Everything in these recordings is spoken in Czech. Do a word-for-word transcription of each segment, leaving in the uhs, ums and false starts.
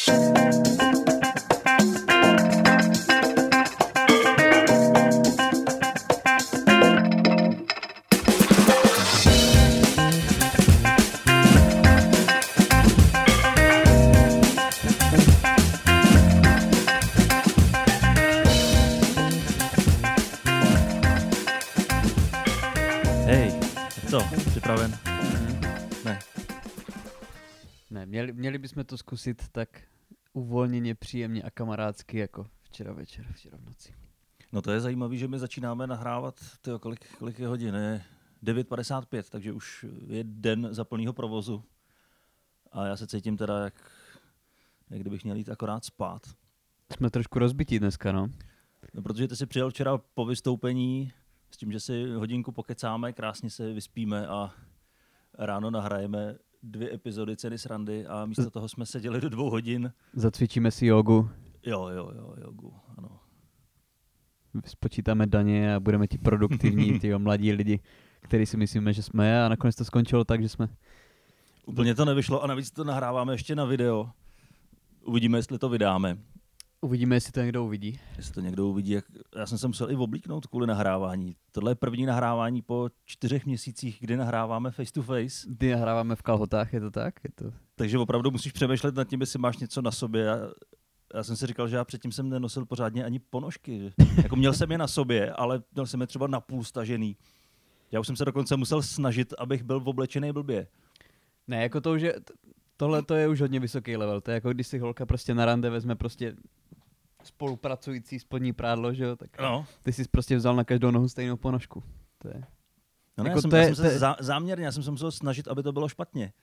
Měli, měli bychom to zkusit tak uvolněně, příjemně a kamarádsky jako včera večer, včera v noci. No to je zajímavé, že my začínáme nahrávat, tyjo, kolik, kolik je hodin, je devět padesát pět, takže už je den za plného provozu. A já se cítím teda, jak, jak kdybych měl jít akorát spát. Jsme trošku rozbití dneska, no. No, protože ty jsi přijel včera po vystoupení s tím, že si hodinku pokecáme, krásně se vyspíme a ráno nahrajeme dvě epizody Ceny srandy a místo toho jsme seděli do dvou hodin. Zacvičíme si jogu. Jo, jo, jo, jogu, ano. Spočítáme daně a budeme ti produktivní, ty mladí lidi, který si myslíme, že jsme, a nakonec to skončilo tak, že jsme... Úplně to nevyšlo a navíc to nahráváme ještě na video. Uvidíme, jestli to vydáme. Uvidíme, jestli to někdo uvidí. Jestli to někdo uvidí. Jak... Já jsem se musel i oblíknout kvůli nahrávání. Tohle je první nahrávání po čtyřech měsících, kdy nahráváme face to face. Kdy nahráváme v kalhotách, je to tak? Je to... Takže opravdu musíš přemýšlet nad tím, jestli máš něco na sobě. Já, já jsem si říkal, že já předtím jsem nenosil pořádně ani ponožky. Jako měl jsem je na sobě, ale měl jsem je třeba napůl stažený. Já už jsem se dokonce musel snažit, abych byl oblečený blbě. Ne, jako to už je... Tohle to je už hodně vysoký level. To je jako když si holka prostě na rande vezme prostě spolupracující spodní prádlo, že jo, tak no. Ty jsi prostě vzal na každou nohu stejnou ponožku. To je... No ne, jako já jsem, to je, já jsem se to je... zá, záměrně, já jsem se musel snažit, aby to bylo špatně.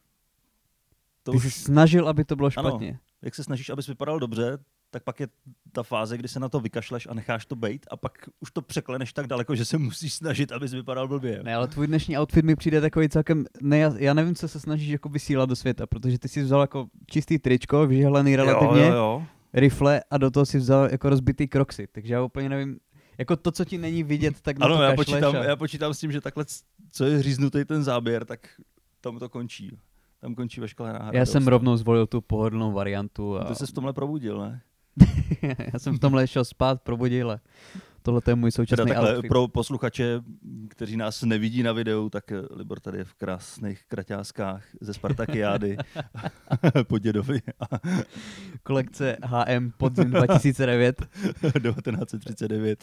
To Ty už... jsi snažil, aby to bylo špatně. Ano, jak se snažíš, abys vypadal dobře, tak pak je ta fáze, kdy se na to vykašleš a necháš to bejt a pak už to překleneš tak daleko, že se musíš snažit, abys vypadal blbě. Ne, ale tvůj dnešní outfit mi přijde takový celkem... Ne, já, já nevím, co se snažíš jako vysílat do světa, protože ty jsi vzal jako čistý tričko, vyžehlený relativně, jo, jo, jo. rifle a do toho si vzal jako rozbitý kroxy, takže já úplně nevím... Jako to, co ti není vidět, tak na ano, to já kašleš. počítám, a... já počítám s tím, že takhle, co je hříznutý ten záběr, tak tam to končí. Tam končí veškerá hra. Já jsem rovnou zvolil tu pohodlnou variantu. A... Ty jsi v tomhle probudil, ne? Já jsem v tomhle šel spát, probudil a tohle je můj současný teda takhle, outfit. Pro posluchače, kteří nás nevidí na videu, tak Libor tady je v krásných kraťáskách ze Spartakiády po dědovi. Kolekce H M podzim dva tisíce devět. devatenáct set třicet devět.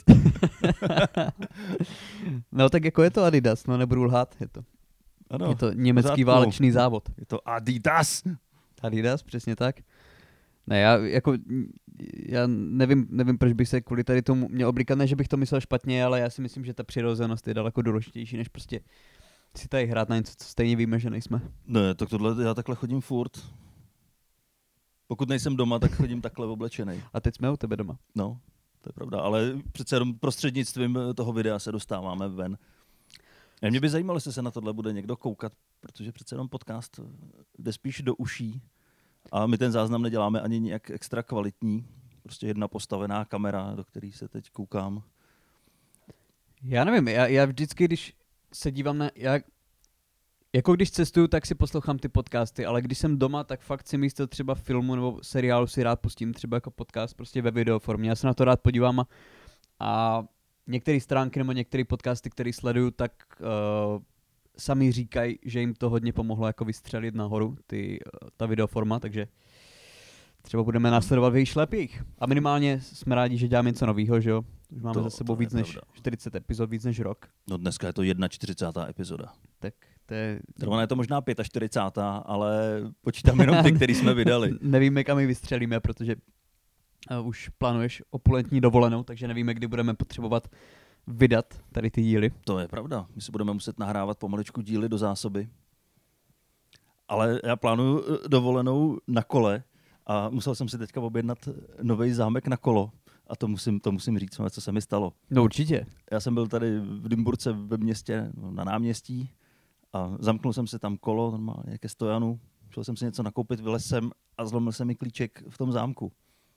No tak jako je to Adidas, no nebudu lhát, je to. Ano, je to německý válečný závod. Je to Adidas. Adidas, přesně tak. Ne, já jako, já nevím, nevím, proč bych se kvůli tady tomu měl oblíkat, ne, že bych to myslel špatně, ale já si myslím, že ta přirozenost je daleko důležitější, než prostě si tady hrát na něco, co stejně víme, že nejsme. Ne, tak tohle, já takhle chodím furt. Pokud nejsem doma, tak chodím takhle oblečenej. A teď jsme u tebe doma. No, to je pravda, ale přece jenom prostřednictvím toho videa se dostáváme ven. A mě by zajímalo, jestli se na tohle bude někdo koukat, protože přece jenom podcast jde spíš do uší a my ten záznam neděláme ani nějak extra kvalitní. Prostě jedna postavená kamera, do které se teď koukám. Já nevím, já, já vždycky, když se dívám na... Já, jako když cestuju, tak si poslouchám ty podcasty, ale když jsem doma, tak fakt si místo třeba filmu nebo seriálu si rád pustím třeba jako podcast prostě ve videoformě. Já se na to rád podívám a, a některé stránky nebo některé podcasty, které sleduju, tak uh, sami říkají, že jim to hodně pomohlo jako vystřelit nahoru, ty, uh, ta videoforma, takže třeba budeme následovat v jejich šlepích. A minimálně jsme rádi, že děláme něco novýho, že jo? Už máme to, za sebou víc než pravda. čtyřicet epizod, víc než rok. No dneska je to čtyřicátá jedna epizoda. Tak to je... Trvá je to možná čtyřicátá pátá, ale počítám jenom ty, který jsme vydali. Nevíme, kam ji vystřelíme, protože uh, už plánuješ opulentní dovolenou, takže nevíme, kdy budeme potřebovat vydat tady ty díly. To je pravda. My si budeme muset nahrávat pomaličku díly do zásoby. Ale já plánuju dovolenou na kole a musel jsem si teďka objednat nový zámek na kolo. A to musím, to musím říct, co se mi stalo. No určitě. Já jsem byl tady v Dymburce ve městě, na náměstí a zamknul jsem si tam kolo normálně ke stojanu. Šel jsem si něco nakoupit, vylez jsem a zlomil jsem mi klíček v tom zámku.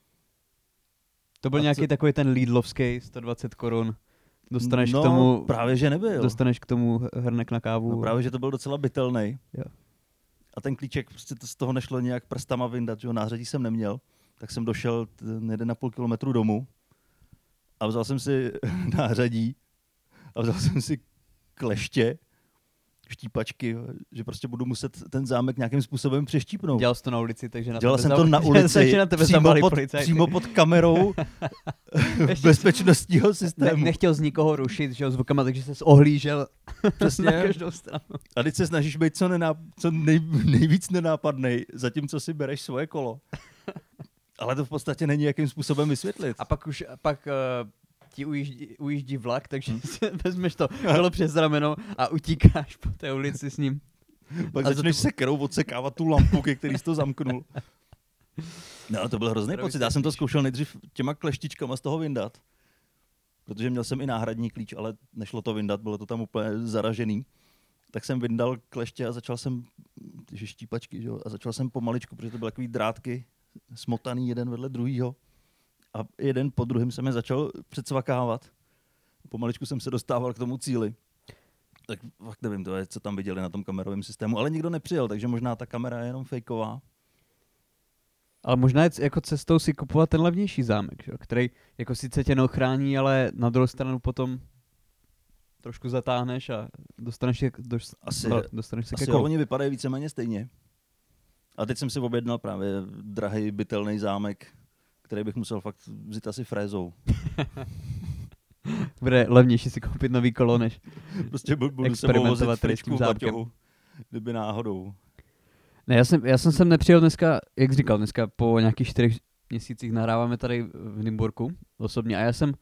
To byl a nějaký co? Takový ten Lidlovský sto dvacet korun. Dostaneš no, k tomu... právě, že nebyl. Dostaneš k tomu hrnek na kávu. No právě, že to byl docela bytelnej. Jo. a ten klíček, prostě to z toho nešlo nějak prstama vyndat, že jo, nářadí jsem neměl, tak jsem došel jeden a půl kilometru domů a vzal jsem si nářadí a vzal jsem si kleště, štípačky, že prostě budu muset ten zámek nějakým způsobem přeštípnout. Dělal jsi to na ulici, takže na Dělal tebe jsem zam... to na ulici, na tebe přímo, pod, policajty. přímo pod kamerou bezpečnostního systému. Ne, nechtěl z nikoho rušit, že jo, zvukama, takže ses ohlížel Přesně. na každou stranu. A teď se snažíš být co, nená, co nej, nejvíc nenápadnej, zatímco si bereš svoje kolo. Ale to v podstatě není jakým způsobem vysvětlit. A pak už, a pak uh, ti ujíždí, ujíždí vlak, takže si vezmeš to kolo přes rameno a utíkáš po té ulici s ním. Pak a začneš to... sekerou odsekávat tu lampu, ke který jsi to zamknul. No, to byl hrozný pocit. Já jsem to zkoušel nejdřív těma kleštičkama z toho vyndat, protože měl jsem i náhradní klíč, ale nešlo to vyndat, bylo to tam úplně zaražený. Tak jsem vyndal kleště a začal jsem, ty štípačky, že jo, a začal jsem pomaličku, protože to byly takový drátky smotaný jeden vedle druhýho. A jeden po druhém se mi začal předsvakávat. Pomaličku jsem se dostával k tomu cíli. Tak fakt nevím, to je, co tam viděli na tom kamerovém systému, ale nikdo nepřijel, takže možná ta kamera je jenom fejková. Ale možná je jako cestou si kupovat ten levnější zámek, že? Který jako sice tě neochrání, ale na druhou stranu potom trošku zatáhneš a dostaneš se, dost, asi, dostaneš se asi ke kolu. Oni vypadají víceméně stejně. A teď jsem si objednal právě drahý bytelný zámek, který bych musel fakt vzít asi frézou. Bude levnější si koupit nový kolo, než prostě budu sebou vozit fričku v zámkem. baťohu, kdyby náhodou. Ne, já jsem, já jsem sem nepřijel dneska, jak jsi říkal, dneska po nějakých čtyřech měsících nahráváme tady v Nymburku osobně a já jsem, uh,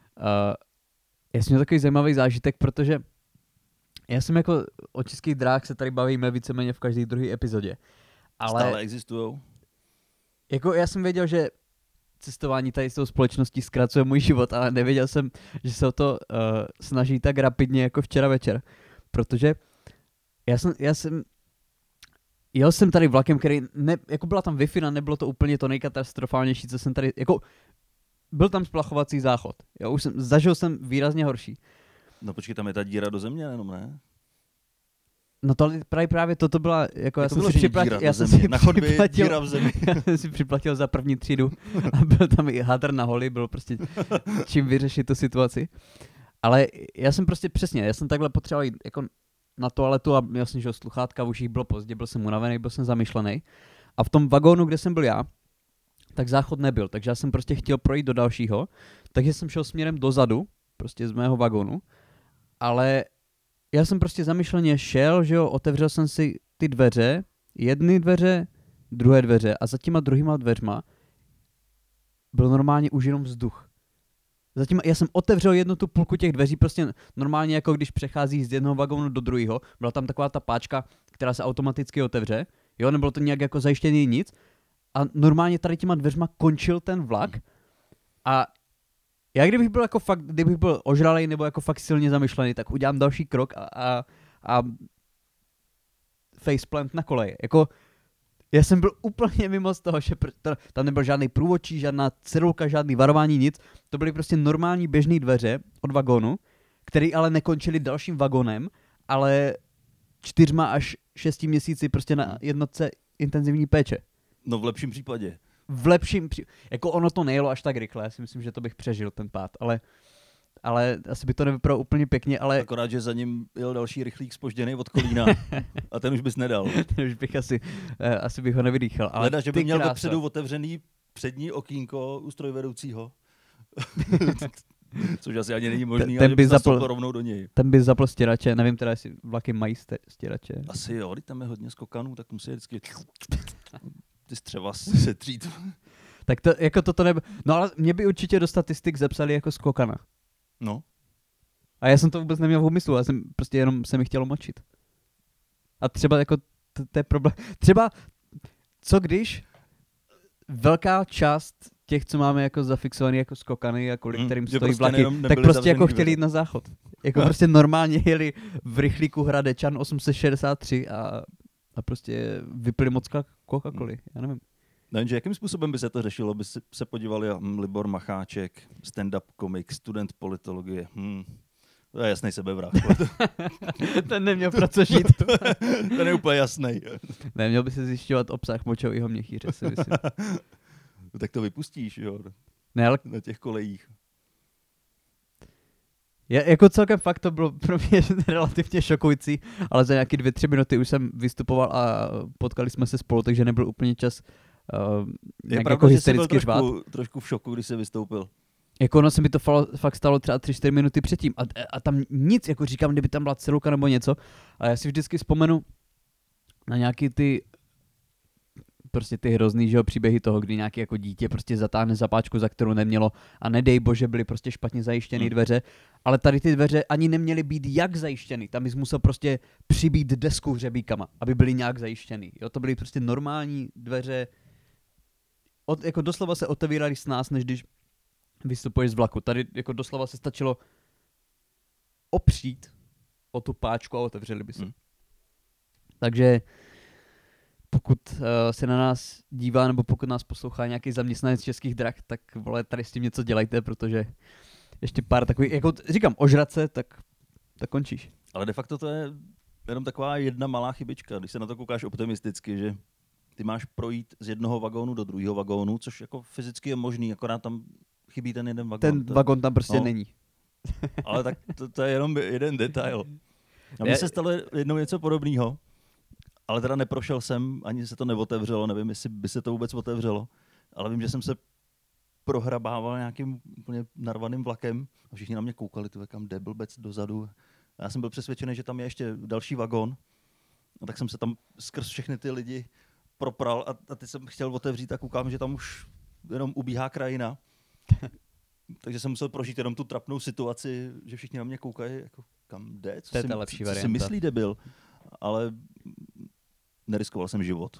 já jsem měl takový zajímavý zážitek, protože já jsem jako o českých dráh se tady bavíme víceméně v každé druhé epizodě. Ale stále existujou? Jako já jsem věděl, že cestování tady s tou společností zkracuje můj život, ale nevěděl jsem, že se o to uh, snaží tak rapidně jako včera večer. Protože já jsem, já jsem jel jsem tady vlakem, který, ne, jako byla tam Wi-Fi, a nebylo to úplně to nejkatastrofálnější, co jsem tady, jako byl tam splachovací záchod. Jo, už jsem, zažil jsem výrazně horší. No počkej, tam je ta díra do země, jenom ne? No to právě, právě toto byla, jako já to jsem bylo, si připlatil, já jsem si na chodbě připlatil, díra v zemi. já jsem si připlatil za první třídu a byl tam i hadr na holi, bylo prostě čím vyřešit tu situaci. Ale já jsem prostě přesně, já jsem takhle potřeboval jít jako na toaletu a měl jsem, že sluchátka v uších, bylo pozdě, byl jsem unavený, byl jsem zamyšlený. A v tom vagónu, kde jsem byl já, tak záchod nebyl, takže já jsem prostě chtěl projít do dalšího, takže jsem šel směrem dozadu, prostě z mého vagónu, ale já jsem prostě zamyšleně šel, že jo, otevřel jsem si ty dveře, jedny dveře, druhé dveře a za těma druhýma dveřma byl normálně už jenom vzduch. Zatím já jsem otevřel jednu tu půlku těch dveří, prostě normálně jako když přechází z jednoho vagónu do druhého, byla tam taková ta páčka, která se automaticky otevře, jo, nebylo to nějak jako zajištěný nic a normálně tady těma dveřma končil ten vlak a já kdybych byl jako fakt, kdybych byl ožralej nebo jako fakt silně zamyšlený, tak udělám další krok a, a, a faceplant na koleji. Jako, já jsem byl úplně mimo z toho, že pr- tam nebyl žádný průvodčí, žádná cedulka, žádný varování, nic. To byly prostě normální běžné dveře od vagónu, které ale nekončily dalším vagónem, ale čtyřma až šesti měsíci prostě na jednotce intenzivní péče. No v lepším případě. V lepším případě. Jako ono to nejelo až tak rychle, já si myslím, že to bych přežil ten pád, ale, ale asi by to nevypadalo úplně pěkně, ale... Akorát, že za ním jel další rychlík zpožděný od Kolína a ten už bys nedal. ten už bych asi, uh, asi bych ho nevydýchal. Ale Leda, že by měl krása. dopředu otevřený přední okýnko u strojvedoucího. Což asi ani není možný, ten ale by by zapl... to rovnou do něj. Ten by zapl stěrače, nevím teda, jestli vlaky mají stěrače. Asi jo, když tam je hodně skokanů, tak musí vždycky ty střeva setřít. Tak to, jako toto nebe... No ale mě by určitě do statistik zapsali jako skokana. No. A já jsem to vůbec neměl v úmyslu, já jsem prostě jenom se mi chtělo močit. A třeba jako, to, to je problém. Třeba, co když velká část těch, co máme jako zafixovaný jako skokany a kvůli hmm, kterým stojí prostě vlaky, tak prostě jako chtěli jít na záchod. Jako no. Prostě normálně jeli v rychlíku Hradečan osm set šedesát tři a, a prostě vypili moc Coca-Coly, já nevím. Nevím, že jakým způsobem by se to řešilo, by se podívali hm, Libor Macháček, stand-up komik, student politologie. Hmm. To je jasný sebevrah. Ten neměl pro co žít. Ten je úplně jasný. Neměl by se zjišťovat obsah močového měchýře, si myslím. Tak to vypustíš, jo, Ne, ale na těch kolejích. je, jako celkem fakt to bylo pro mě relativně šokující, ale za nějaký dvě, tři minuty už jsem vystupoval a potkali jsme se spolu, takže nebyl úplně čas uh, Je nějak pravda, jako že jsi byl hystericky řvát. trošku, trošku v šoku, když jsi vystoupil. Jako ono se mi to falo, fakt stalo třeba tři čtyři minuty předtím a, a tam nic, jako říkám, kdyby tam byla celulka nebo něco, a já si vždycky vzpomenu na nějaký ty prostě ty hrozný, že jo, příběhy toho, kdy nějaký jako dítě prostě zatáhne zapáčku, za kterou nemělo, a nedej bože, byly prostě špatně zajištěny Hmm. dveře, ale tady ty dveře ani neměly být jak zajištěny, tam bys musel prostě přibít desku hřebíkama, aby byly nějak zajištěny, jo, to byly prostě normální dveře, od, jako doslova se otevíraly s nás, než když vystupuješ z vlaku, tady jako doslova se stačilo opřít o tu páčku a otevřeli by se. Hmm. Takže pokud uh, se na nás dívá, nebo pokud nás poslouchá nějaký zaměstnanec Českých drah, tak vole, tady s tím něco dělejte, protože ještě pár takových, jako říkám, ožrat se, tak, tak končíš. Ale de facto to je jenom taková jedna malá chybička, když se na to koukáš optimisticky, že ty máš projít z jednoho vagónu do druhého vagónu, což jako fyzicky je možný, akorát tam chybí ten jeden vagón. Ten to, vagón tam prostě no. není. Ale tak to, to je jenom jeden detail. A mně Je- se stalo jednou něco podobného, ale teda neprošel jsem, ani se to neotevřelo, nevím, jestli by se to vůbec otevřelo, ale vím, že jsem se prohrabával nějakým úplně narvaným vlakem a všichni na mě koukali, ty kam jde blbec dozadu. A já jsem byl přesvědčený, že tam je ještě další vagón, a tak jsem se tam skrz všechny ty lidi propral a, a teď jsem chtěl otevřít a koukám, že tam už jenom ubíhá krajina. Takže jsem musel prožít jenom tu trapnou situaci, že všichni na mě koukají, jako kam jde, co, To je si, ta lepší co, co si varianta. myslí debil. Ale neriskoval jsem život.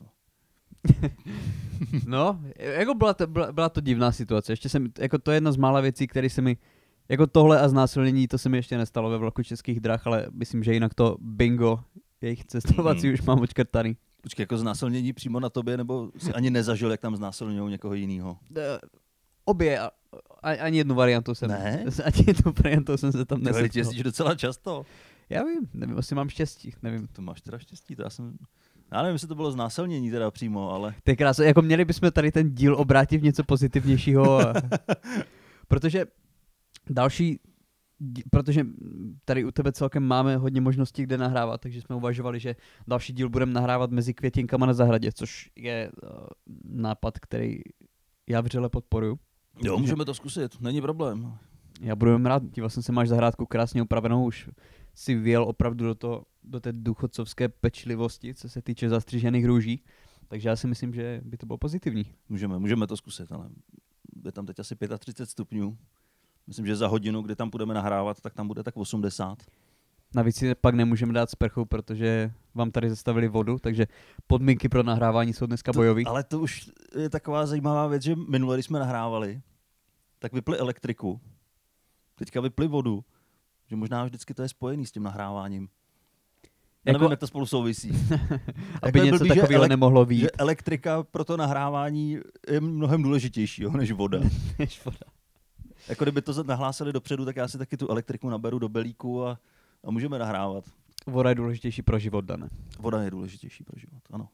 No, jako byla to, byla, byla to divná situace. Ještě jsem, jako to je jedna z mála věcí, které se mi, jako tohle a znásilnění, to se mi ještě nestalo ve vlaku Českých drah, ale myslím, že jinak to bingo, jejich cestovací Mhm. už mám odškrtaný. Počkej, jako znásilnění přímo na tobě, nebo si ani nezažil, jak tam znásilňují někoho jiného? Eh, Obě, a, a, ani jednu variantu jsem, Ne? ani jednu variantu jsem se tam Ty nesetkal. jezdíš docela často. Já vím, nevím, asi mám štěstí, nevím. To máš teda štěstí, to já jsem... Já nevím, jestli to bylo znásilnění teda přímo, ale... To je krásné, jako měli bychom tady ten díl obrátit v něco pozitivnějšího, a, protože další, dí- protože tady u tebe celkem máme hodně možností, kde nahrávat, takže jsme uvažovali, že další díl budeme nahrávat mezi květinkama na zahradě, což je uh, nápad, který já vřele podporuju. Jo, můžeme to zkusit, není problém. Já budu jen rád, díval jsem se, máš zahrádku krásně upravenou, už si vyjel opravdu do, toho, do té důchodcovské pečlivosti, co se týče zastřížených růží, takže já si myslím, že by to bylo pozitivní. Můžeme, můžeme to zkusit, ale je tam teď asi třicet pět stupňů. Myslím, že za hodinu, kdy tam budeme nahrávat, tak tam bude tak osmdesát. Navíc si pak nemůžeme dát sprchu, protože vám tady zastavili vodu, takže podmínky pro nahrávání jsou dneska bojový. Ale to už je taková zajímavá věc, že minule, když jsme nahrávali, tak vypli elektriku, teďka vypli vodu, že možná vždycky to je spojený s tím nahráváním. Já Jako- nevím, jak to spolu souvisí. Aby je něco blbý, že takového elek- nemohlo Že výjít. elektrika pro to nahrávání je mnohem důležitější, jo, než voda. než voda. Jako kdyby to nahlásili dopředu, tak já si taky tu elektriku naberu do belíku a, a můžeme nahrávat. Voda je důležitější pro život, Dane. Voda je důležitější pro život, ano.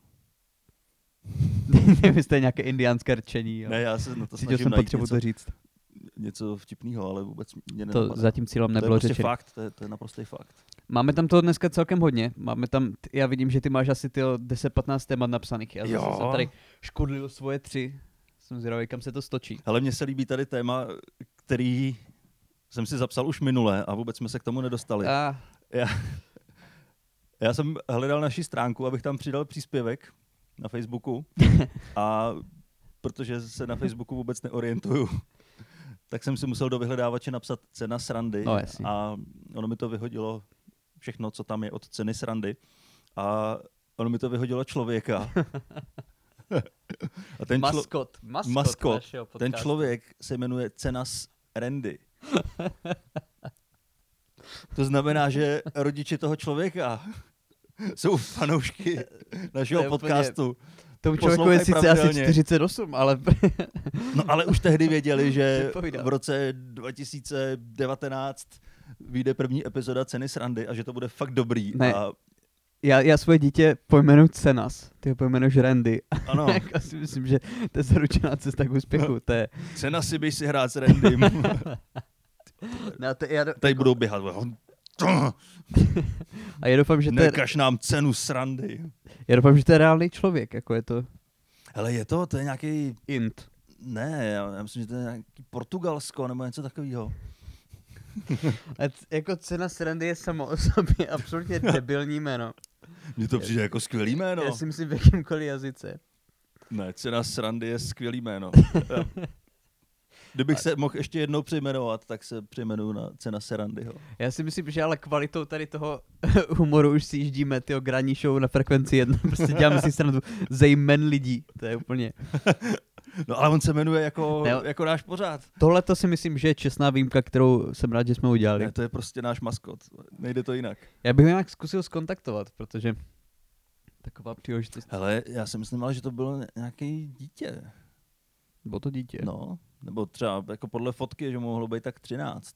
Nevím, jste nějaké indiánské rčení. Jo. Ne, já se na to Cítil snažím jsem najít potřebu něco, to říct. něco vtipného, ale vůbec mě To nenapadá. za tím cílem To je nebylo prostě řečeno. fakt, to je, to je naprostý fakt. Máme tam toho dneska celkem hodně. Máme tam, t- já vidím, že ty máš asi ty deset patnáct témat napsaných. Já zase Jo. jsem tady škodlil svoje tři. Jsem zvědavý, kam se to stočí. Ale mně se líbí tady téma, který jsem si zapsal už minule a vůbec jsme se k tomu nedostali. A Já, já jsem hledal naši stránku, abych tam přidal příspěvek na Facebooku a protože se na Facebooku vůbec neorientuju, tak jsem si musel do vyhledávače napsat cena srandy No, jasně. a ono mi to vyhodilo všechno, co tam je od ceny srandy a ono mi to vyhodilo člověka. A ten, člo, maskot, maskot, maskot, našeho ten podcastu. člověk se jmenuje Cena s Randy. To znamená, že rodiči toho člověka jsou fanoušky našeho To je úplně- podcastu. Tomu člověku poslouchaj je sice asi pravidelně. čtyřicet osm, ale No ale už tehdy věděli, že Předpovídal. v roce dva tisíce devatenáct vyjde první epizoda Ceny srandy a že to bude fakt dobrý. Ne. A Já, já svoje dítě pojmenuji Cenas, ty ho pojmenuješ Randy. ano, Jako si myslím, že to je zaručená cesta k úspěchu. To je... Cena si běž si hrát s Randym. No, to, já, Tady budou běhat. a já doufám, že to je, Nekaž nám cenu srandy. já doufám, že to je reálný člověk, jako je to Hele, je to, to je nějaký, int. ne, já, já myslím, že to je nějaký Portugalsko nebo něco takového. A c- jako Cena Randy je samo o sobě absolutně debilní jméno. Mně to přijde jako skvělý jméno. Já si myslím v jakýmkoliv jazyce. Ne, Cena srandy je skvělý jméno. Kdybych se mohl ještě jednou přejmenovat, tak se přejmenuju na Cena Serandyho. Já si myslím, že ale kvalitou tady toho humoru už si jíždíme tyho granní show na frekvenci jedna. Prostě děláme si srandu ze jmen lidí. To je úplně... No ale on se jmenuje jako, Ne, jako náš pořád. Tohle to si myslím, že je čestná výjimka, kterou jsem rád, že jsme udělali. Ne, to je prostě náš maskot. Nejde to jinak. Já bych ho nějak zkusil skontaktovat, protože taková příležitost. Hele, já si myslím, ale že to bylo nějaký dítě. Bylo to dítě. No, nebo třeba jako podle fotky, že mu mohlo být tak třináct.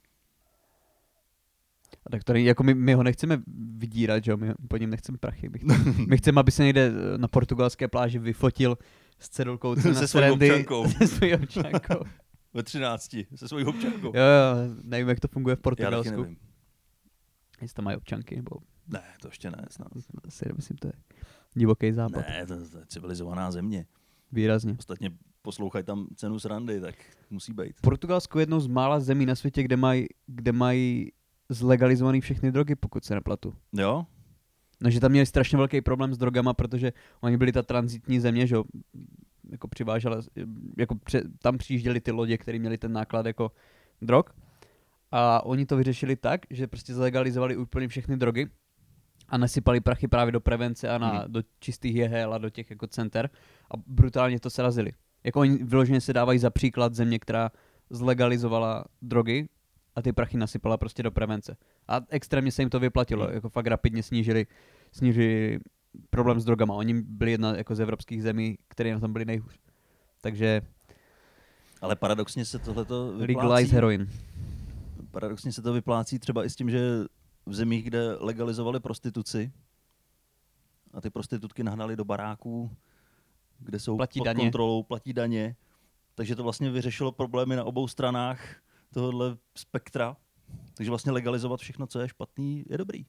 A tak to není, jako my, my ho nechceme vydírat, že jo, my po něm nechceme prachy. My, my chceme, aby se někde na portugalské pláži vyfotil s cedulkou Cena Se svojí Randy. občankou. Se svojí občankou. Ve třinácti, se svojí občankou. Jo, jo, nevím, jak to funguje v Já taky Portugalsku. nevím. Jestli tam mají občanky, nebo Ne, to ještě ne, snad. asi nemyslím, to je divoký západ. Ne, to, to je civilizovaná země. Výrazně. Ostatně poslouchají tam Cenu srandy, tak musí být. Portugalsko je jednou z mála zemí na světě, kde mají kde mají zlegalizovaný všechny drogy, pokud se neplatu. Jo? No, že tam měli strašně velký problém s drogama, protože oni byli ta tranzitní země, že jo, jako přivážela, jako pře, tam přijížděli ty lodě, které měli ten náklad jako drog. A oni to vyřešili tak, že prostě zlegalizovali úplně všechny drogy a nasypali prachy právě do prevence a na, Mhm. do čistých jehel a do těch jako center a brutálně to srazili. Jako oni vyloženě se dávají za příklad země, která zlegalizovala drogy a ty prachy nasypala prostě do prevence. A extrémně se jim to vyplatilo, Mhm. jako fakt rapidně snížili, snížili problém s drogama. Oni byli jedna jako z evropských zemí, které na tom byli nejhůř. Takže Ale paradoxně se tohleto vyplácí. legalize heroin. Paradoxně se to vyplácí třeba i s tím, že v zemích, kde legalizovali prostituci a ty prostitutky nahnali do baráků, kde jsou Platí pod daně. kontrolou, platí daně, takže to vlastně vyřešilo problémy na obou stranách tohohle spektra. Takže vlastně legalizovat všechno, co je špatný, je dobrý.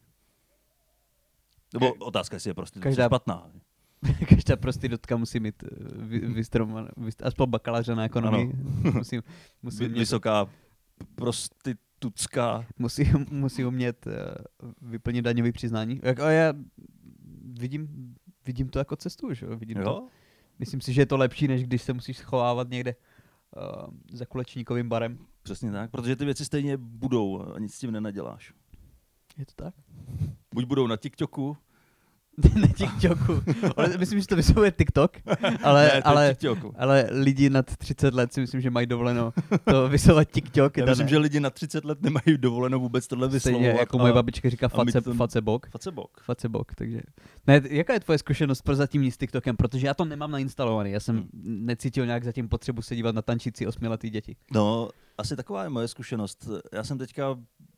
Nebo Ka- otázka, jestli je prostituce každá- špatná. Každá prostitutka musí mít eh, vy, vystromované, vyst, aspoň bakaláře na ekonomii. musí, musí, Vy, umět, vysoká prostitutská. musí, musí umět uh, vyplnit daňový přiznání. Jako já vidím, vidím to jako cestu, že jo? Vidím to. Jo? Myslím si, že je to lepší, než když se musíš schovávat někde uh, za kulečníkovým barem. Přesně tak, protože ty věci stejně budou a nic s tím nenaděláš. Je to tak? Buď budou na TikToku, Na TikToku. Ale myslím, že to vysvětluje TikTok, ale, ne, to je ale, TikToku. ale lidi nad třicet let si myslím, že mají dovoleno to vysovat TikTok. Já myslím, že lidi na třicet let nemají dovoleno vůbec tohle Stejně vyslovovat. jako moje babička říká a mít face, ten- Facebook. Facebok. Facebook, takže... Ne, jaká je tvoje zkušenost prozatímní s TikTokem? Protože já to nemám nainstalovaný. Já jsem Hmm. necítil nějak zatím potřebu se dívat na tančící osmiletý děti. No, asi taková je moje zkušenost. Já jsem teďka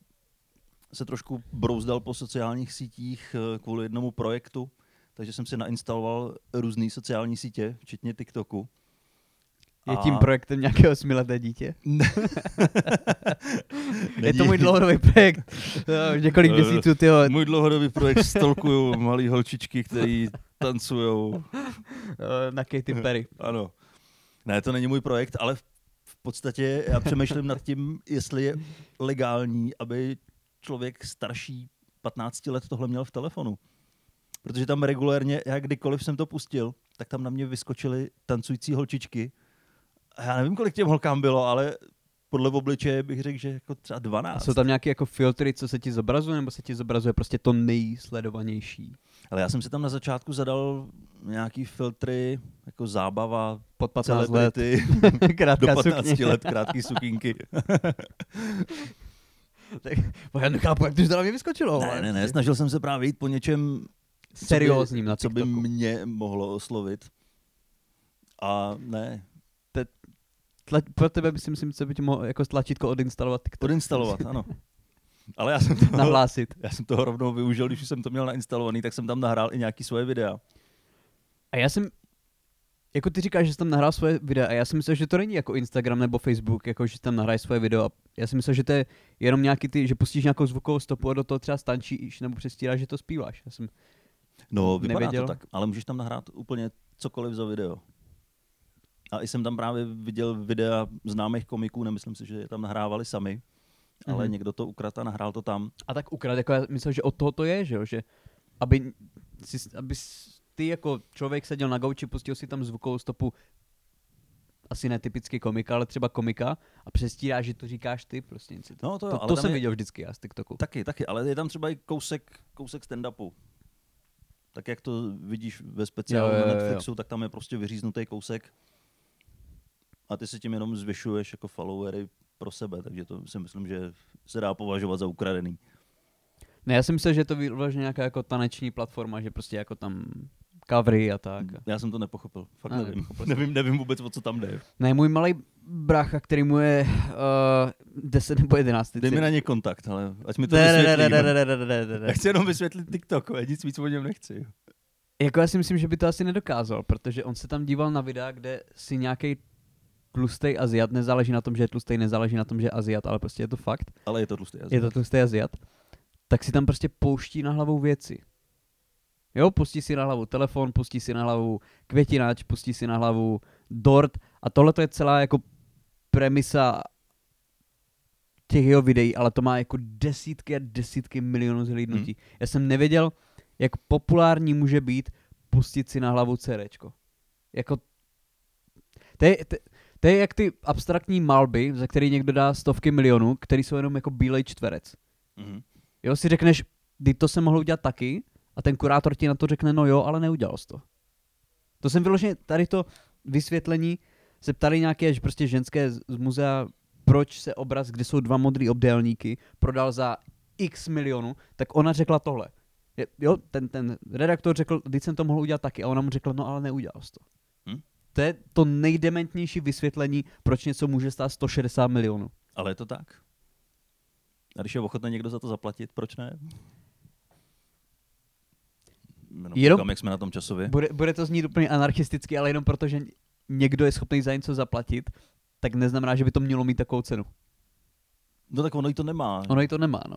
se trošku brouzdal po sociálních sítích eh, kvůli jednomu projektu, takže jsem si nainstaloval různé sociální sítě, včetně TikToku. Je A- tím projektem nějaké osmileté dítě? Je Není. to můj dlouhodobý projekt. Jo, už několik Eh, měsíců, tyjo, Můj dlouhodobý projekt stalkuju malý holčičky, který tancujou. eh, na Katy Perry. Ano. Ne, to není můj projekt, ale v, v podstatě já přemýšlím nad tím, jestli je legální, aby člověk starší patnácti let tohle měl v telefonu. Protože tam regulérně, já kdykoliv jsem to pustil, tak tam na mě vyskočily tancující holčičky. A já nevím, kolik těm holkám bylo, ale podle obličeje bych řekl, že jako třeba A dvanáct. jsou tam nějaké jako filtry, co se ti zobrazuje, nebo se ti zobrazuje prostě to nejsledovanější? Ale já jsem si tam na začátku zadal nějaký filtry, jako zábava, Pod patnáct let. celebrity, do Krátká patnácti sukně. let, krátký sukínky. Tak, já nechápu, jak to na mě vyskočilo. Ne, ale- ne, ne, snažil jsem se právě jít po něčem, Seriózním na co by TikToku. mě mohlo oslovit. A ne, Tla, pro tebe by si myslím, co by ti mohlo jako tlačítko odinstalovat TikTok. odinstalovat, ano. Ale já jsem, toho, nahlásit. já jsem toho rovnou využil, když jsem to měl nainstalovaný, tak jsem tam nahrál i nějaký svoje videa. A já jsem, jako ty říkáš, že jsi tam nahrál svoje videa a já si myslel, že to není jako Instagram nebo Facebook, jako že tam nahráš svoje video a já si myslel, že to je jenom nějaký ty, že pustíš nějakou zvukovou stopu a do toho třeba stančíš nebo přestíráš, že to zpíváš. Já jsem No, vypadá nevěděl. to tak, ale můžeš tam nahrát úplně cokoliv za video. A i jsem tam právě viděl videa známých komiků, nemyslím si, že je tam nahrávali sami, ale Mhm. někdo to ukradl a nahrál to tam. A tak ukrad, jako já myslel, že od toho to je, že jo, že aby, si, aby ty jako člověk seděl na gauči, pustil si tam zvukovou stopu, asi ne typicky komika, ale třeba komika a přestíráš, že to říkáš ty, prostě nic. No to jo, to, ale to tam jsem je- viděl vždycky já z TikToku. Taky, taky, ale je tam třeba i kousek, kousek stand-upu. Tak jak to vidíš ve speciálu Jo, jo, na jo, jo. Netflixu, tak tam je prostě vyříznutý kousek a ty si tím jenom zvyšuješ jako followery pro sebe, takže to si myslím, že se dá považovat za ukradený. Ne, já jsem myslel, že je to vyloženě nějaká jako taneční platforma, že prostě jako tam covery a tak. Já jsem to nepochopil, fakt A, nevím. nepochopil nevím. Nevím vůbec, o co tam jde. Ne, můj malý brácha, který mu je uh, deset nebo jedenáct. Dej mi na ně kontakt, ale ať mi to Ne, ne, ne, vysvětlí. ne, ne, ne, ne, ne, ne, Já ne. chci jenom vysvětlit TikTok, ale nic víc o něm nechci. Jako já si myslím, že by to asi nedokázal, protože on se tam díval na videa, kde si nějaký tlustej Aziat, nezáleží na tom, že je tlustej, nezáleží na tom, že je Aziat, ale prostě je to fakt, Ale je to tlustý jazyk. je to tlustej Aziat, tak si tam prostě pouští na hlavu věci. Jo, pustí si na hlavu telefon, pustí si na hlavu květináč, pustí si na hlavu dort a tohle to je celá jako premisa těch jeho videí, ale to má jako desítky a desítky milionů zhlídnutí. Hmm. Já jsem nevěděl, jak populární může být pustit si na hlavu CDčko. Jako, to je, to, to je jak ty abstraktní malby, za který někdo dá stovky milionů, který jsou jenom jako bílej čtverec. Mhm. Jo, si řekneš, kdy to se mohlo udělat taky a ten kurátor ti na to řekne, no jo, ale neudělal jsi to. To jsem vyloženě, tady to vysvětlení, se ptali nějaké že prostě ženské z z muzea, proč se obraz, kde jsou dva modrý obdélníky, prodal za x milionů, tak ona řekla tohle. Je- Jo, ten, ten redaktor řekl, když jsem to mohl udělat taky, a ona mu řekla, no ale neudělal jsi to. Hm? To je to nejdementnější vysvětlení, proč něco může stát sto šedesát milionů. Ale je to tak. A když je ochotný někdo za to zaplatit, proč ne? Jenom Jenom- koukám, jak jsme na tom časově. Bude, bude to znít úplně anarchisticky, ale jenom proto, že někdo je schopný za něco zaplatit, tak neznamená, že by to mělo mít takovou cenu. No tak ono jí to nemá. Ono i to nemá, no.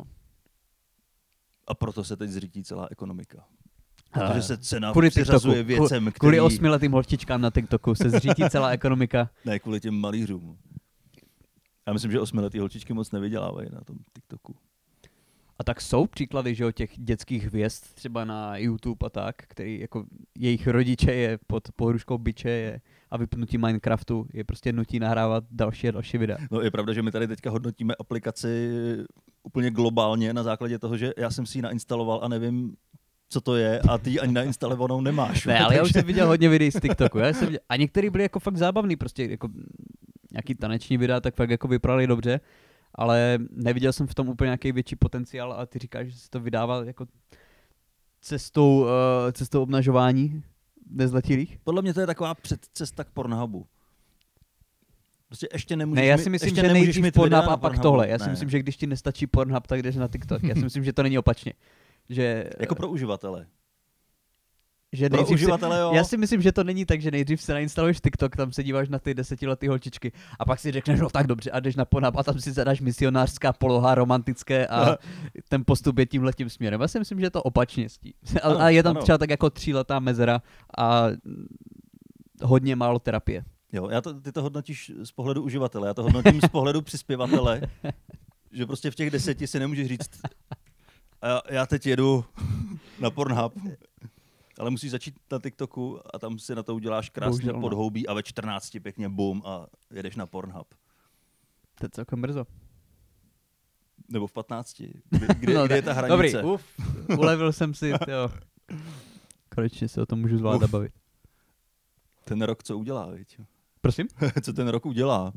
A proto se teď zřítí celá ekonomika. Protože se cena Kvůli TikToku, přiřazuje věcem, kvůli, který... kvůli osmiletým holčičkám na TikToku se zřítí celá ekonomika. Ne, kvůli těm malířům. Já myslím, že osmiletý holčičky moc nevydělávají na tom TikToku. A tak jsou příklady, že o těch dětských hvězd třeba na YouTube a tak, který jako jejich rodiče je pod pohruškou biče je a vypnutí Minecraftu je prostě nutí nahrávat další a další videa. No je pravda, že my tady teďka hodnotíme aplikaci úplně globálně na základě toho, že já jsem si ji nainstaloval a nevím, co to je a ty ji ani nainstalovanou nemáš. Ne, ale já už Takže- jsem viděl hodně videí z TikToku. Já jsem viděl, a některý byly jako fakt zábavný, prostě jako nějaký taneční videa, tak fakt jako vypadaly dobře, ale neviděl jsem v tom úplně nějaký větší potenciál a ty říkáš, že se to vydává jako cestou, uh, cestou obnažování nezletilých. Podle mě to je taková předcesta k Pornhubu. Prostě ještě nemůžeš Ne, já mít- si myslím, ještě že nemůžeš nejdřív mít videa Pornhub na a pak Pornhubu. tohle. Já si Ne. myslím, že když ti nestačí Pornhub, tak jdeš na TikTok. Já si myslím, že to není opačně. Že, Jako pro uživatele. že Pro nejdřív si, uživatele, jo. já si myslím, že to není tak, že nejdřív se nainstaluješ TikTok, tam se díváš na ty desetiletý holčičky a pak si řekneš, no tak dobře, a jdeš na Pornhub a tam si zadáš misionářská poloha, romantické a ten postup je tímhletím směrem. Já si myslím, že je to opačně s tím. A, Ano, a je tam ano. třeba tak jako tříletá mezera a hodně málo terapie. Jo, já to, ty to hodnotíš z pohledu uživatele, já to hodnotím z pohledu přispěvatele, že prostě v těch deseti si nemůžeš říct, a já, já teď jedu na Pornhub, ale musíš začít na TikToku a tam si na to uděláš krásně Bohužel, no. podhoubí a ve čtrnácti pěkně bum a jedeš na Pornhub. To je celkem brzo. Nebo v patnácti. Kdy, kdy, No, kdy je tak- ta hranice? Dobrý, uf, ulevil jsem si, jo. Konečně se o tom můžu zvládat Uf. bavit. Ten rok co udělá, viď? Prosím? Co ten rok udělá?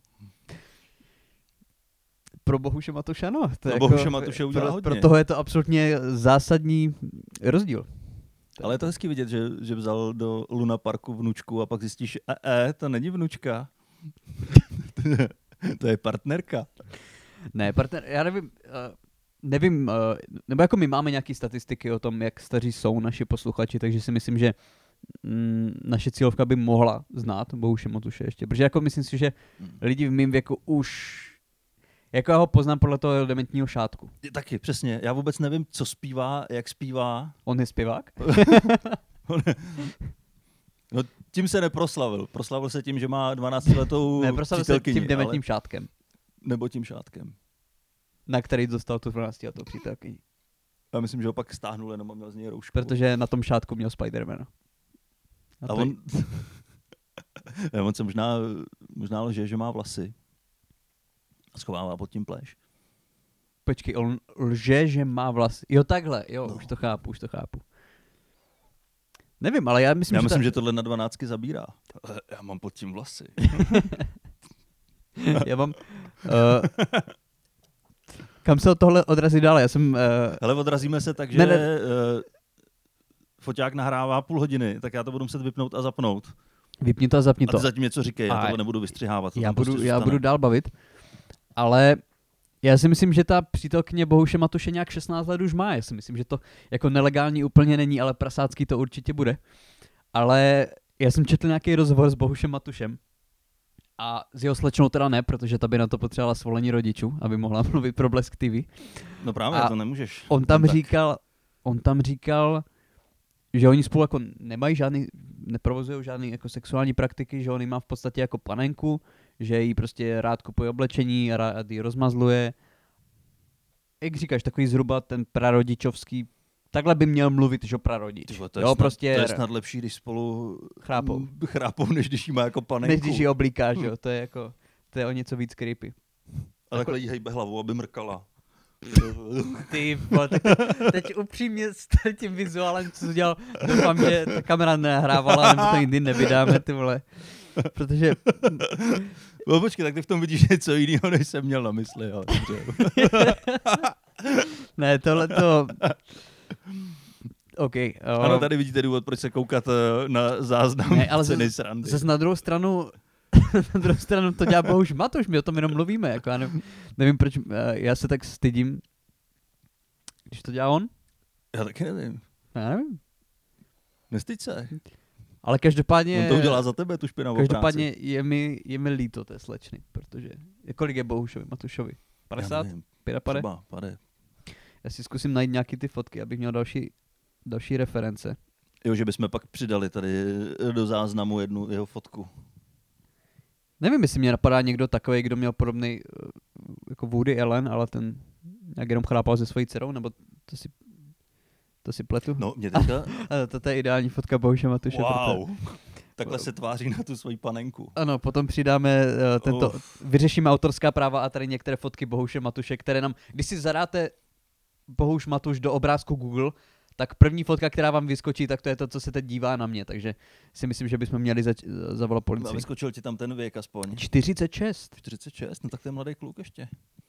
Pro Bohuše Matuše, ano. To je Pro Bohuše Matuše udělá pro, hodně. pro toho je to absolutně zásadní rozdíl. Ale je to hezky vidět, že, že vzal do Luna Parku vnučku a pak zjistíš, e, e to není vnučka. To je partnerka. Ne, partner, já nevím, uh, nevím, uh, nebo jako my máme nějaké statistiky o tom, jak staří jsou naši posluchači, takže si myslím, že mm, naše cílovka by mohla znát Bohuše Matuše ještě, protože jako myslím si, že lidi v mém věku už, jako já ho poznám podle toho dementního šátku. Taky, přesně. Já vůbec nevím, co zpívá, jak zpívá. On je zpěvák? No tím se neproslavil. Proslavil se tím, že má dvanáctiletou ne, proslavil se tím dementním ale... šátkem. Nebo tím šátkem. Na který dostal tu dvanáctiletou přítelkyni. Já myslím, že ho pak stáhnul jenom a měl z něj roušku. Protože na tom šátku měl Spidermana. A, a on... on se možná, možná lže, že má vlasy. A schovává pod tím pléšť. Počkej, on lže, že má vlasy. Jo, takhle, jo, no. už to chápu, už to chápu. Nevím, ale já myslím, já že... myslím, ta... že tohle na dvanáctky zabírá. Ale já mám pod tím vlasy. já mám... Uh... Kam se od tohle odrazí dále? Já jsem... Uh... Hele, odrazíme se tak, že ne, ne. Uh, foťák nahrává půl hodiny, tak já to budu muset vypnout a zapnout. Vypni to a zapni to. A ty zatím něco říkej, já tohle nebudu vystřihávat. Já budu, prostě já budu dál bavit, ale já si myslím, že ta přítelkyně Bohuše Matuše nějak šestnáct let už má. Já si myslím, že to jako nelegální úplně není, ale prasácký to určitě bude. Ale já jsem četl nějaký rozhovor s Bohušem Matušem a s jeho slečnou teda ne, protože ta by na to potřebovala svolení rodičů, aby mohla mluvit pro Blesk T V. No právě, a to nemůžeš. On tam tak. říkal, on tam říkal, že oni spolu jako nemají žádný, neprovozují žádný jako sexuální praktiky, že on jí má v podstatě jako panenku, že jí prostě rád kupuje oblečení a rád jí rozmazluje. Jak říkáš, takový zhruba ten prarodičovský, takhle by měl mluvit, že prarodič. Tyvo, to, je jo, snad, prostě to je snad lepší, když spolu chrápou, chrápou než když jí má jako panenku. Než když jí oblíkáš, jo, to je jako, to je o něco víc creepy. A takhle jí hejbe hlavou, aby mrkala. Ty vole, tak teď upřímně s tím vizuálem, co jsi dělal, doufám, že ta kamera nehrávala, nebo to nikdy nevydáme, ty vole. Protože... No počkej, tak ty v tom vidíš něco jiného, než jsem měl na mysli, jo. Ne, tohle to... OK. Uh... Ano, tady vidíte důvod, proč se koukat na záznam ne, ale ceny srandy. Zase na druhou stranu... na druhou stranu to dělá Bohuš Matuš, my o tom jenom mluvíme, jako já nevím, nevím proč, já se tak stydím, když to dělá on. Já taky nevím. Já nevím. Nestyď se. Ale každopádně... On to udělá za tebe, tu špinavou Každopádně práci. je mi, je mi líto té slečny, protože, kolik je Bohušovi Matušovi? padesát? pade? Třeba, pade. Já si zkusím najít nějaký ty fotky, abych měl další, další reference. Jo, že bychom pak přidali tady do záznamu jednu jeho fotku. Nevím, jestli mě napadá někdo takový, kdo měl podobný jako Woody Allen, ale ten nějak jenom chrápal se svojí dcerou, nebo to si, to si pletu? No, mě teďka... to, to je ideální fotka Bohuše Matuše. Wow. Proto... Takhle se tváří na tu svoji panenku. Ano, potom přidáme uh, tento, Uf. vyřešíme autorská práva a tady některé fotky Bohuše Matuše, které nám, když si zadáte Bohuš Matuš do obrázku Google, tak první fotka, která vám vyskočí, tak to je to, co se teď dívá na mě, takže si myslím, že bychom měli zač- zavolat policii. A vyskočil ti tam ten věk aspoň. čtyřicet šest. čtyřicet šest, no tak to je mladý kluk ještě.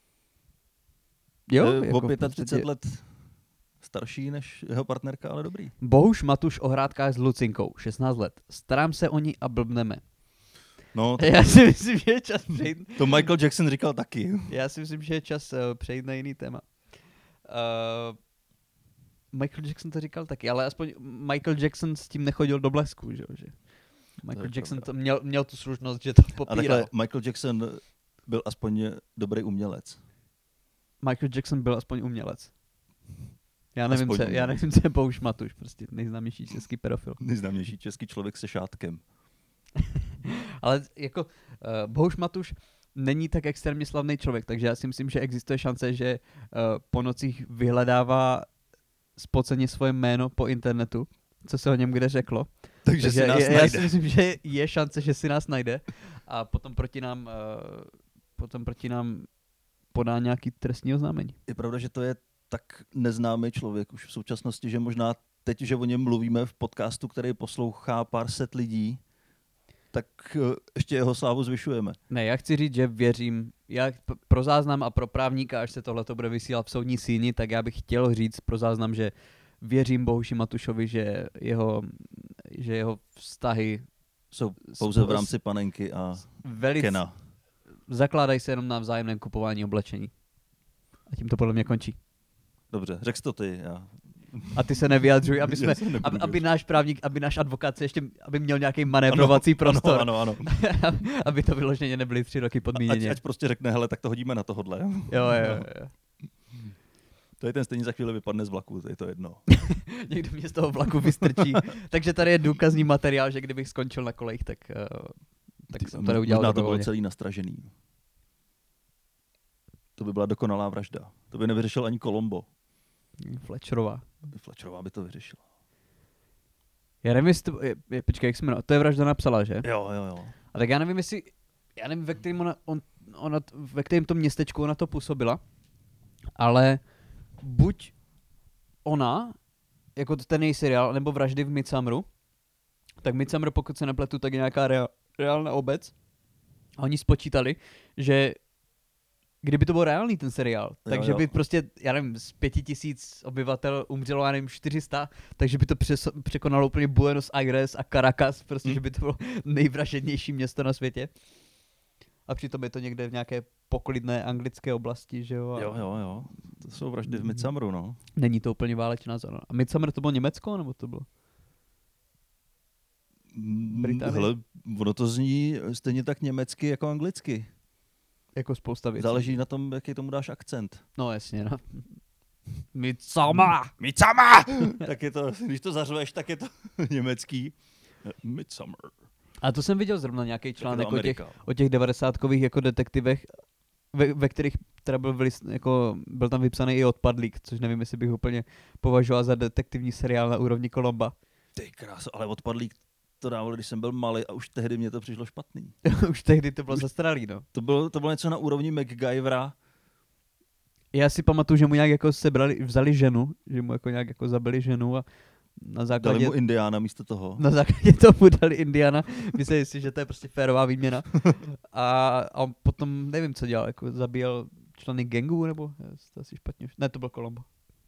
Jo, e, jako o třicet pět podstatě... let starší než jeho partnerka, ale dobrý. Bohuš Matuš o hrádkách s Lucinkou, šestnáct let. Starám se o ní a blbneme. No, to... Já si myslím, že je čas přejít... To Michael Jackson říkal taky. Já si myslím, že je čas uh, přejít na jiný téma. Uh, Michael Jackson to říkal taky, ale aspoň Michael Jackson s tím nechodil do Blesku, že? Michael to Jackson to měl, měl tu slušnost, že to popíral. A takhle Michael Jackson byl aspoň dobrý umělec. Michael Jackson byl aspoň umělec. Já nevím, co, já nevím, co je Bohuš Matuš, prostě nejznámější český pedofil. Nejznámější český člověk se šátkem. Ale jako uh, Bohuš Matuš není tak extrémně slavný člověk, takže já si myslím, že existuje šance, že uh, po nocích vyhledává spoceně svoje jméno po internetu, co se o něm kde řeklo. Takže, takže si nás je, najde. Já si myslím, že je šance, že si nás najde a potom proti nám, uh, potom proti nám podá nějaký trestní oznámení. Je pravda, že to je tak neznámý člověk už v současnosti, že možná teď, že o něm mluvíme v podcastu, který poslouchá pár set lidí, tak uh, ještě jeho slávu zvyšujeme. Ne, já chci říct, že věřím, já pro záznam a pro právníka, až se tohleto bude vysílat v soudní síni, tak já bych chtěl říct pro záznam, že věřím Bohuši Matušovi, že jeho, že jeho vztahy jsou pouze v rámci panenky a velice, Kena. Zakládají se jenom na vzájemném kupování oblečení. A tím to podle mě končí. Dobře, řekl jsi to ty. Já. A ty se nevyjadřuj, aby, jsme, aby, aby náš právník, aby náš advokát se ještě, aby měl nějaký manévrovací ano, prostor. Ano, ano, ano. Aby to vyloženě nebyly tři roky podmíněně. Ať, ať prostě řekne, hele, tak to hodíme na tohodle. Jo, jo, jo. To je ten stejně za chvíli vypadne z vlaku, to je to jedno. Někdo mě z toho vlaku vystrčí. Takže tady je důkazní materiál, že kdybych skončil na kolejích, tak, uh, tak jsem to neudělal. Možná to bylo celý nastražený. To by byla dokonalá vražda. To by nevyřešil ani Colombo. Fletcherová. Fletcherová by to vyřešila. Já nevím, jestli to, je, je, počkej, jak jsme, to je vražda napsala, že? Jo, jo, jo. A tak já nevím, jestli, já nevím, ve kterém, ona, on, ona, ve kterém tom městečku ona to působila, ale buď ona, jako ten její seriál, nebo Vraždy v Midsummeru, tak Midsummer, pokud se nepletu, tak je nějaká reál, reálná obec. A oni spočítali, že kdyby to byl reálný ten seriál, takže by prostě, já nevím, z pěti tisíc obyvatel umřelo, já nevím, čtyři sta, takže by to přes, překonalo úplně Buenos Aires a Caracas, prostě, hmm. že by to bylo nejvražednější město na světě. A přitom je to někde v nějaké poklidné anglické oblasti, že jo? A jo, jo, jo. To jsou Vraždy v Midsummeru, no. Není to úplně válečná zóna. A Midsummer to bylo Německo, nebo to bylo? Británie? Hele, ono to zní stejně tak německy jako anglicky. Jako spousta věcí. Záleží na tom, jaký tomu dáš akcent. No jasně, no. Midsummer! Midsummer! Tak je to, když to zařveš, tak je to německý. Midsummer. A to jsem viděl zrovna nějaký článek o těch, o těch devadesátkových jako detektivech, ve, ve kterých teda byl, vylist, jako, byl tam vypsaný i Odpadlík, což nevím, jestli bych úplně považoval za detektivní seriál na úrovni Colomba. Ty kráso, ale Odpadlík to dávalo, když jsem byl malý a už tehdy mě to přišlo špatný. Už tehdy to bylo zastaralý, no. To bylo, to bylo něco na úrovni MacGyvera. Já si pamatuju, že mu nějak jako sebrali, vzali ženu, že mu jako nějak jako zabili ženu a na základě... Dali mu Indiána místo toho. Na základě toho dali Indiana. Mysleli si, že to je prostě férová výměna. A, a potom nevím, co dělal, jako zabíjel členy gangu, nebo to asi špatně. Ne, to byl Colombo.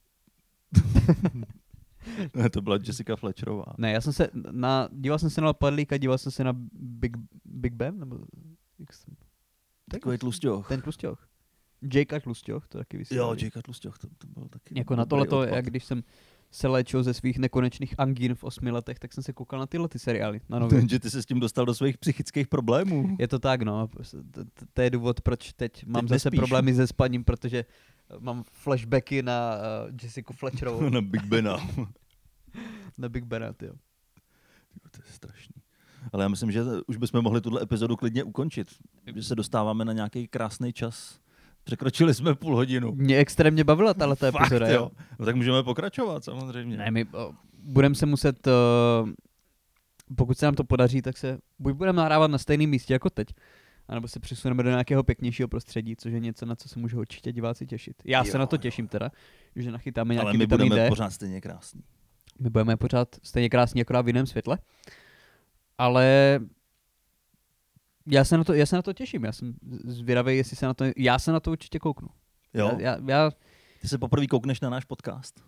Ne, to byla Jessica Fletcherová. Ne, já jsem se na, díval jsem se na Padlíka, díval jsem se na Big, Big Ben, nebo jak jsem... Takový tlusťoch. Ten tlusťoch. Jakea Tlusťoch, to taky vysílali. Jo, Jakea Tlusťoch, to, to bylo taky... Jako na tohleto, jak když jsem se léčil ze svých nekonečných angín v osmi letech, tak jsem se koukal na tyhle ty seriály. Na nově. Jenže ty se s tím dostal do svých psychických problémů. Je to tak, no. To je důvod, proč teď mám teď zase nespíš. Problémy se spaním, protože mám flashbacky na uh, Jessica Fletcherovou. Na Big Bena. Na Big Bena, jo. To je strašný. Ale já myslím, že už bychom mohli tuhle epizodu klidně ukončit. Že se dostáváme na nějaký krásný čas. Překročili jsme půl hodinu. Mě extrémně bavila tato epizoda. Jo. No tak můžeme pokračovat, samozřejmě. Ne, my uh, budeme se muset, uh, pokud se nám to podaří, tak se buď budeme nahrávat na stejném místě jako teď, anebo se přesuneme do nějakého pěknějšího prostředí, což je něco, na co se můžou určitě diváci těšit. Já jo, se na to těším teda, že nachytáme nějaký vitamin D. Ale my budeme pořád stejně krásní. My budeme pořád stejně krásní, akorát v jiném světle. Ale já se na to, já se na to těším. Já jsem zvědavý, jestli se na to... Já se na to určitě kouknu. Jo? Já, já, já, Ty se poprvé koukneš na náš podcast.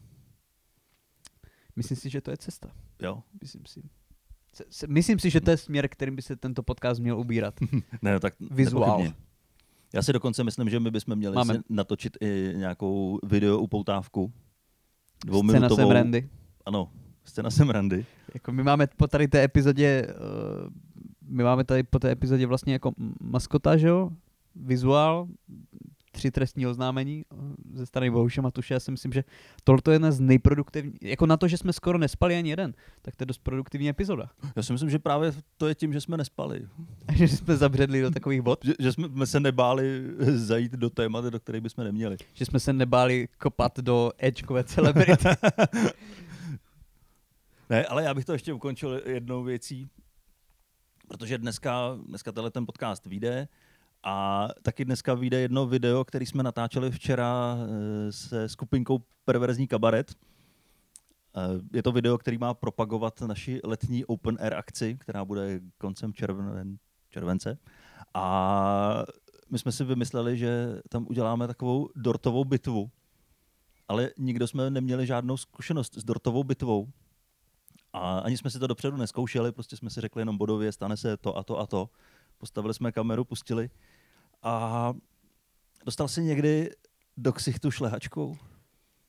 Myslím si, že to je cesta. Jo? Myslím si. Myslím si, že to je směr, kterým by se tento podcast měl ubírat. Ne, no tak vizuál. Nepochybně. Já si dokonce myslím, že my bychom měli si natočit i nějakou video upoutávku. Dvouminutovou. Scéna jsem Randy. Ano, scéna jsem Randy. Jako my máme po tady té epizodě, uh, my máme tady po té epizodě vlastně jako maskota, že jo? Vizuál, tři trestní oznámení ze strany Bohuše Matuše. Já si myslím, že tohle je jedna z nejproduktivních, jako na to, že jsme skoro nespali ani jeden, tak to je dost produktivní epizoda. Já si myslím, že právě to je tím, že jsme nespali. Že jsme zabředli do takových bod. Že, že jsme se nebáli zajít do témat, do kterých bychom neměli. Že jsme se nebáli kopat do edžkové celebrity. Ne, ale já bych to ještě ukončil jednou věcí, protože dneska, dneska tenhle ten podcast vyjde a taky dneska vyjde jedno video, který jsme natáčeli včera se skupinkou Perverzní kabaret. Je to video, který má propagovat naši letní open air akci, která bude koncem červen, července. A my jsme si vymysleli, že tam uděláme takovou dortovou bitvu, ale nikdo jsme neměli žádnou zkušenost s dortovou bitvou. A ani jsme si to dopředu neskoušeli, prostě jsme si řekli jenom bodově, stane se to a to a to. Postavili jsme kameru, pustili a dostal si někdy do ksichtu šlehačkou?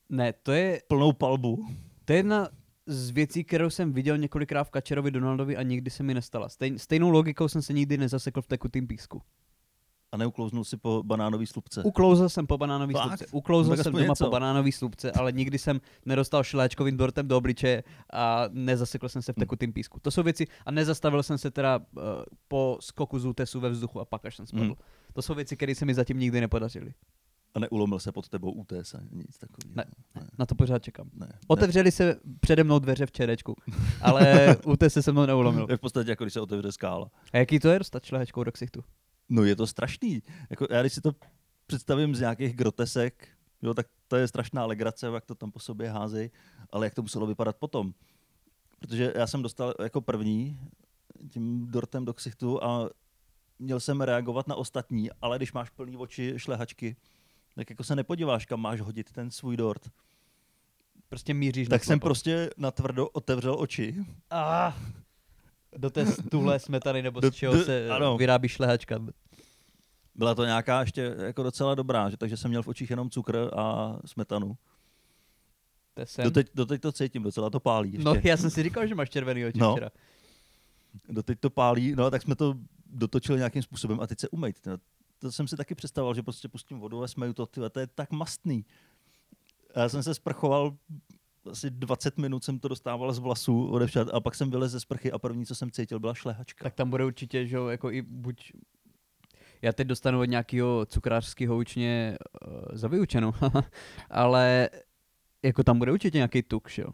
Ne, to je, plnou palbu. to je jedna z věcí, kterou jsem viděl několikrát v Kačerovi Donaldovi a nikdy se mi nestala. Stejn, stejnou logikou jsem se nikdy nezasekl v tekutým písku. A neuklouznul si po banánový slupce. Uklouzl jsem po banánový Fakt? slupce. Uklouzl Tak jsem aspoň doma něco. po banánový slupce, ale nikdy jsem nedostal šláčkovým dortem do obličeje a nezasekl jsem se v tekutým písku. To jsou věci, a nezastavil jsem se teda uh, po skoku z útesu ve vzduchu a pak až jsem spadl. Mm. To jsou věci, které se mi zatím nikdy nepodařily. A neulomil se pod tebou útes a nic takového. Ne, ne, na to pořád čekám. Ne, Otevřeli se přede mnou dveře v čerečku, ale útes se se mnou neulomil. je v podstatě jako když se otevře skála. A jaký to je dostat šlehačkou do ksichtu? No je to strašný. Jako, já když si to představím z nějakých grotesek, jo, tak to je strašná legrace, jak to tam po sobě házejí, ale jak to muselo vypadat potom. Protože já jsem dostal jako první tím dortem do ksichtu a měl jsem reagovat na ostatní, ale když máš plný oči šlehačky, tak jako se nepodíváš, kam máš hodit ten svůj dort. Prostě míříš Tak na jsem slepo. prostě natvrdo otevřel oči. Ah, do té tuhle smetany, nebo Do- z čeho do- se ano. vyrábí šlehačka. Byla to nějaká ještě jako docela dobrá, že, takže jsem měl v očích jenom cukr a smetanu. To je sen. Doteď, doteď to cítím, docela to pálí ještě. No, já jsem si říkal, že máš červený oči No. včera. Doteď to pálí, no tak jsme to dotočili nějakým způsobem a teď se umejt. No, to jsem si taky představoval, že prostě pustím vodu a smeju to, tyhle, to je tak mastný. A já jsem se sprchoval, asi dvacet minut jsem to dostával z vlasů odevšad a pak jsem vylez ze sprchy a první, co jsem cítil, byla šlehačka. Tak tam bude určitě, že jo, jako i buď... Já teď dostanu od nějakého cukrářského učně uh, za vyučenou, ale jako tam bude určitě nějaký tuk, že jo.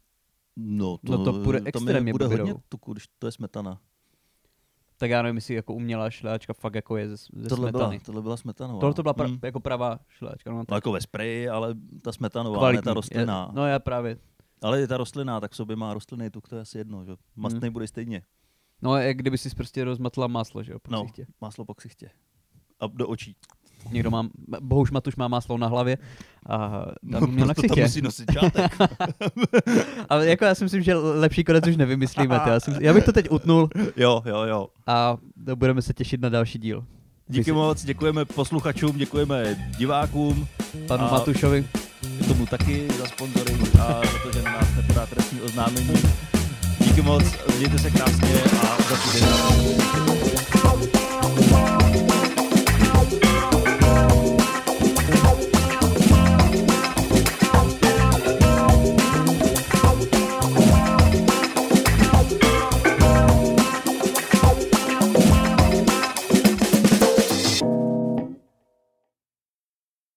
No to, No to půjde to mi extrémně bude papírovou. hodně tuku, když to je smetana. Tak já nevím, jestli jako umělá šlehačka fakt jako je ze, ze Tohle byla, smetany. tohle byla smetanová. Tohle to byla pra, Mm. jako pravá šlehačka. No, No tak jako ve spreji, ale ta smetanová, kvalitní. ne ta rostlinná. Je, no já právě. Ale je ta rostlinná, tak v sobě má rostlinný tuk, to je asi jedno, že? Mastný Hmm. bude stejně. No jak kdyby si prostě rozmatla máslo, že jo, po No, ksichtě. máslo po ksichtě. A do očí. Někdo má, Bohuž Matuš má máslo na hlavě a tam měl na to tam ksichtě. musí nosit čátek. Ale jako já si myslím, že lepší konec už nevymyslíme. To. Já, si, já bych to teď utnul jo, jo, jo. a budeme se těšit na další díl. Díky moc, děkujeme posluchačům, děkujeme divákům, Panu a- Matušovi. tomu taky za sponsoring a za to, že na nás nepodá trestní oznámení. Díky moc, mějte se krásně a za týden.